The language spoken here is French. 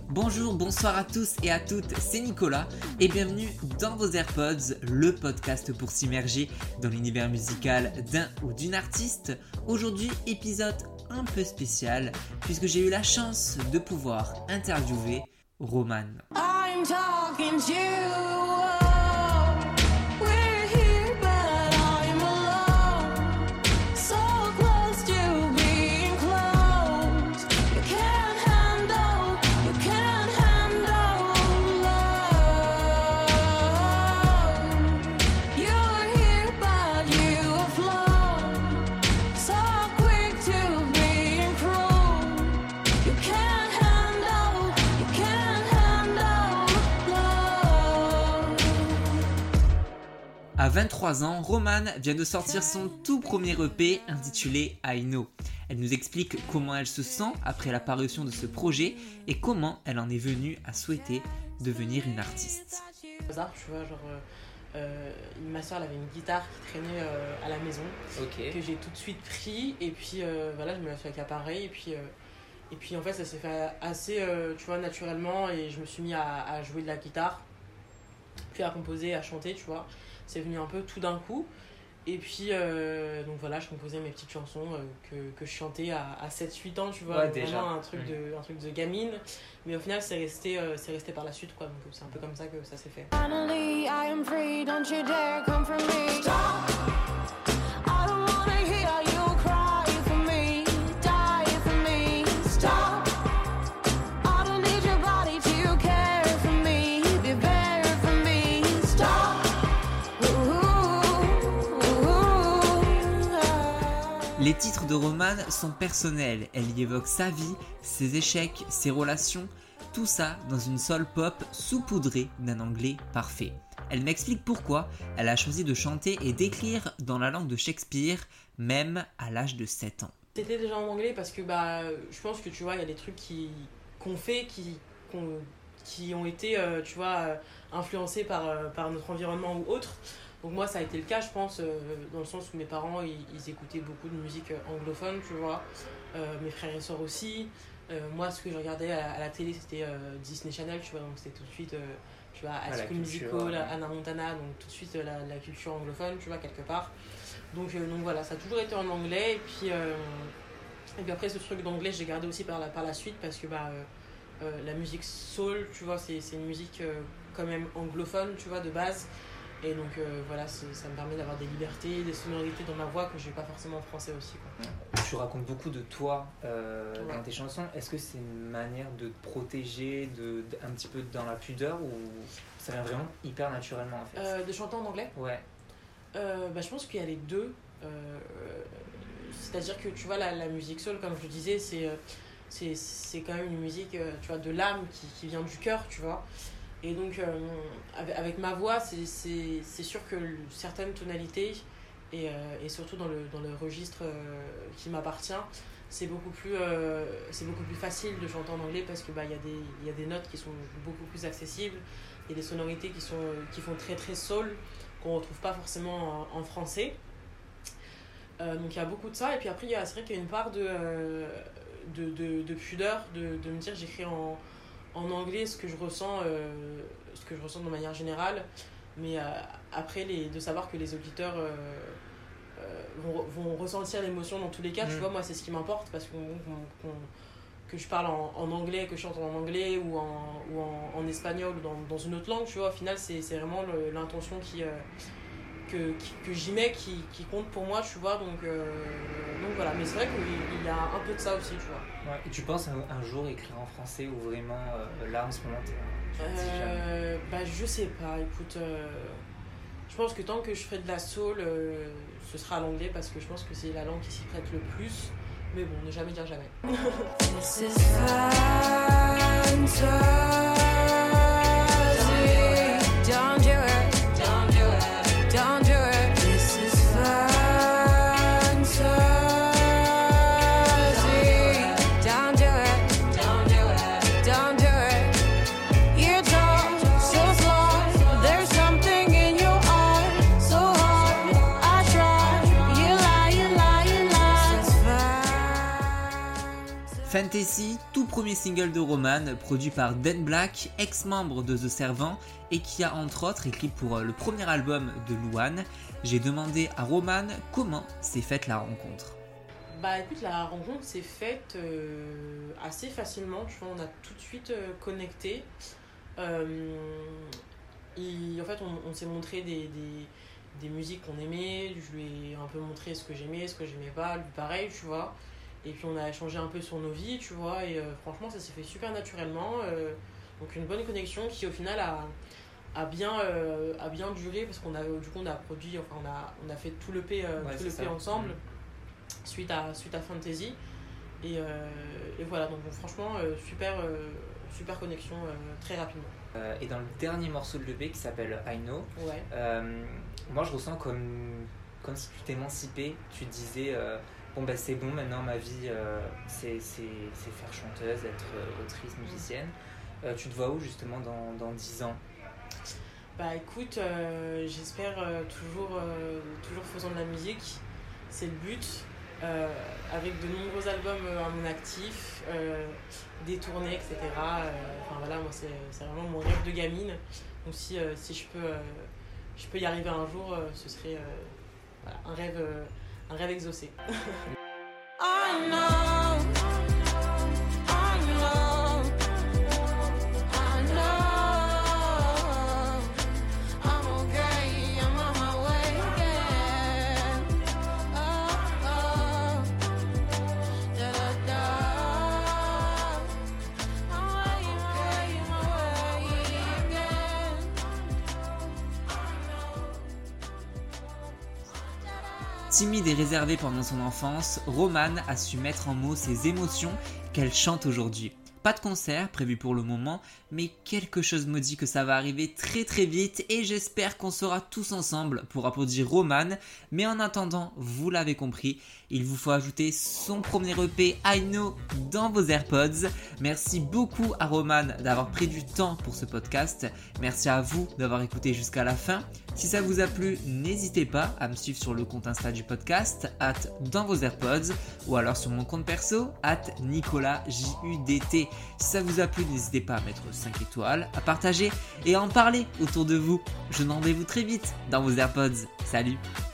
Bonjour, bonsoir à tous et à toutes, c'est Nicolas et bienvenue dans vos AirPods, le podcast pour s'immerger dans l'univers musical d'un ou d'une artiste. Aujourd'hui, épisode un peu spécial puisque j'ai eu la chance de pouvoir interviewer Romane. I'm talking to you. À 23 ans, Romane vient de sortir son tout premier EP intitulé I Know. Elle nous explique comment elle se sent après la parution de ce projet et comment elle en est venue à souhaiter devenir une artiste. Tu vois, ma soeur elle avait une guitare qui traînait à la maison, que j'ai tout de suite pris et puis voilà, je me la suis accaparée et puis en fait ça s'est fait assez tu vois, naturellement et je me suis mis à jouer de la guitare, puis à composer, à chanter, tu vois. C'est venu un peu tout d'un coup. Et puis, donc voilà, je composais mes petites chansons que je chantais à 7-8 ans, tu vois. Ouais, vraiment déjà. un truc de gamine. Mais au final, c'est resté par la suite, quoi. Donc c'est un peu comme ça que ça s'est fait. Finally, I am free, don't you dare come for me. Stop. I don't wanna hear you cry for me, die for me. Stop. I don't need your body to care for me, be there for me. Stop. Les titres de Romane sont personnels, elle y évoque sa vie, ses échecs, ses relations, tout ça dans une soul pop saupoudrée d'un anglais parfait. Elle m'explique pourquoi elle a choisi de chanter et d'écrire dans la langue de Shakespeare, même à l'âge de 7 ans. C'était déjà en anglais parce que je pense que tu vois, il y a des trucs qu'on fait qui ont été tu vois, influencés par notre environnement ou autre. Donc moi ça a été le cas, je pense, dans le sens où mes parents ils écoutaient beaucoup de musique anglophone, tu vois, mes frères et sœurs aussi. Moi ce que je regardais à la télé c'était Disney Channel, tu vois, donc c'était tout de suite tu vois, High School Musical, Hannah Montana, donc tout de suite la culture anglophone, tu vois, quelque part. Donc voilà, ça a toujours été en anglais et puis après ce truc d'anglais j'ai gardé aussi par la suite parce que la musique soul, tu vois, c'est une musique quand même anglophone, tu vois, de base. Et donc voilà, ça me permet d'avoir des libertés, des sonorités dans ma voix que j'ai pas forcément en français aussi, quoi. Tu racontes beaucoup de toi dans tes chansons. Est-ce que c'est une manière de te protéger un petit peu dans la pudeur ou ça vient vraiment hyper naturellement en fait De chanter en anglais ? Ouais. Je pense qu'il y a les deux. C'est-à-dire que tu vois, la musique soul, comme je le disais, c'est quand même une musique tu vois, de l'âme qui vient du cœur, tu vois. Et donc avec ma voix c'est sûr que certaines tonalités et surtout dans le registre qui m'appartient, c'est beaucoup plus facile de chanter en anglais parce que il y a des notes qui sont beaucoup plus accessibles, il y a des sonorités qui font très très soul qu'on retrouve pas forcément en français. Donc il y a beaucoup de ça et puis après c'est vrai qu'il y a une part de pudeur de me dire j'écris en anglais ce que je ressens de manière générale, mais après de savoir que les auditeurs vont ressentir l'émotion dans tous les cas, tu vois, moi c'est ce qui m'importe parce que je parle en anglais, que je chante en anglais ou en espagnol ou dans une autre langue, tu vois, au final c'est vraiment l'intention que j'y mets qui compte pour moi, tu vois, donc voilà, mais c'est vrai qu'il y a un peu de ça aussi, tu vois. Ouais. Et tu penses un jour écrire en français ou vraiment là en ce moment je sais pas, écoute, je pense que tant que je ferai de la soul ce sera l'anglais parce que je pense que c'est la langue qui s'y prête le plus, mais bon, ne jamais dire jamais. This is fantasy. Don't do it. Don't do it. Don't do it. This is fantasy. Don't do it. Don't do it. Don't do it. You talk so slow. There's something in your eye so hard. I try. You lie. Fantasy, tout premier single de Roman, produit par Dan Black, ex-membre de The Servant, et qui a entre autres écrit pour le premier album de Louane. J'ai demandé à Roman comment s'est faite la rencontre. Bah écoute, la rencontre s'est faite assez facilement, tu vois, on a tout de suite connecté. En fait, on s'est montré des musiques qu'on aimait, je lui ai un peu montré ce que j'aimais pas, lui pareil, tu vois. Et puis on a échangé un peu sur nos vies, tu vois, et franchement ça s'est fait super naturellement. Donc une bonne connexion qui au final a bien duré, parce qu'on a produit, enfin on a fait tout l'EP ensemble, suite à Fantasy. Et voilà, donc franchement super connexion très rapidement. Et dans le dernier morceau de l'EP qui s'appelle I Know, Ouais. moi je ressens comme si tu t'émancipais, tu te disais bon bah c'est bon, maintenant ma vie c'est faire chanteuse, être autrice, musicienne. Tu te vois où justement dans 10 ans? Bah écoute, j'espère toujours faisant de la musique, c'est le but, avec de nombreux albums à mon actif, des tournées, etc. Enfin voilà, moi c'est vraiment mon rêve de gamine, donc si je peux y arriver un jour, ce serait voilà, un rêve exaucé. I know, I know, I know. I'm okay, I'm on my way again. Oh, da da da. I'm okay, my way again. Timide et réservée pendant son enfance, Roman a su mettre en mots ses émotions qu'elle chante aujourd'hui. Pas de concert prévu pour le moment, mais quelque chose me dit que ça va arriver très très vite et j'espère qu'on sera tous ensemble pour applaudir Roman. Mais en attendant, vous l'avez compris, il vous faut ajouter son premier EP I Know dans vos AirPods. Merci beaucoup à Roman d'avoir pris du temps pour ce podcast. Merci à vous d'avoir écouté jusqu'à la fin. Si ça vous a plu, n'hésitez pas à me suivre sur le compte Insta du podcast @dans vos AirPods ou alors sur mon compte perso @NicolasJUDT. Si ça vous a plu, n'hésitez pas à mettre 5 étoiles, à partager et à en parler autour de vous. Je vous donne rendez-vous très vite dans vos AirPods. Salut!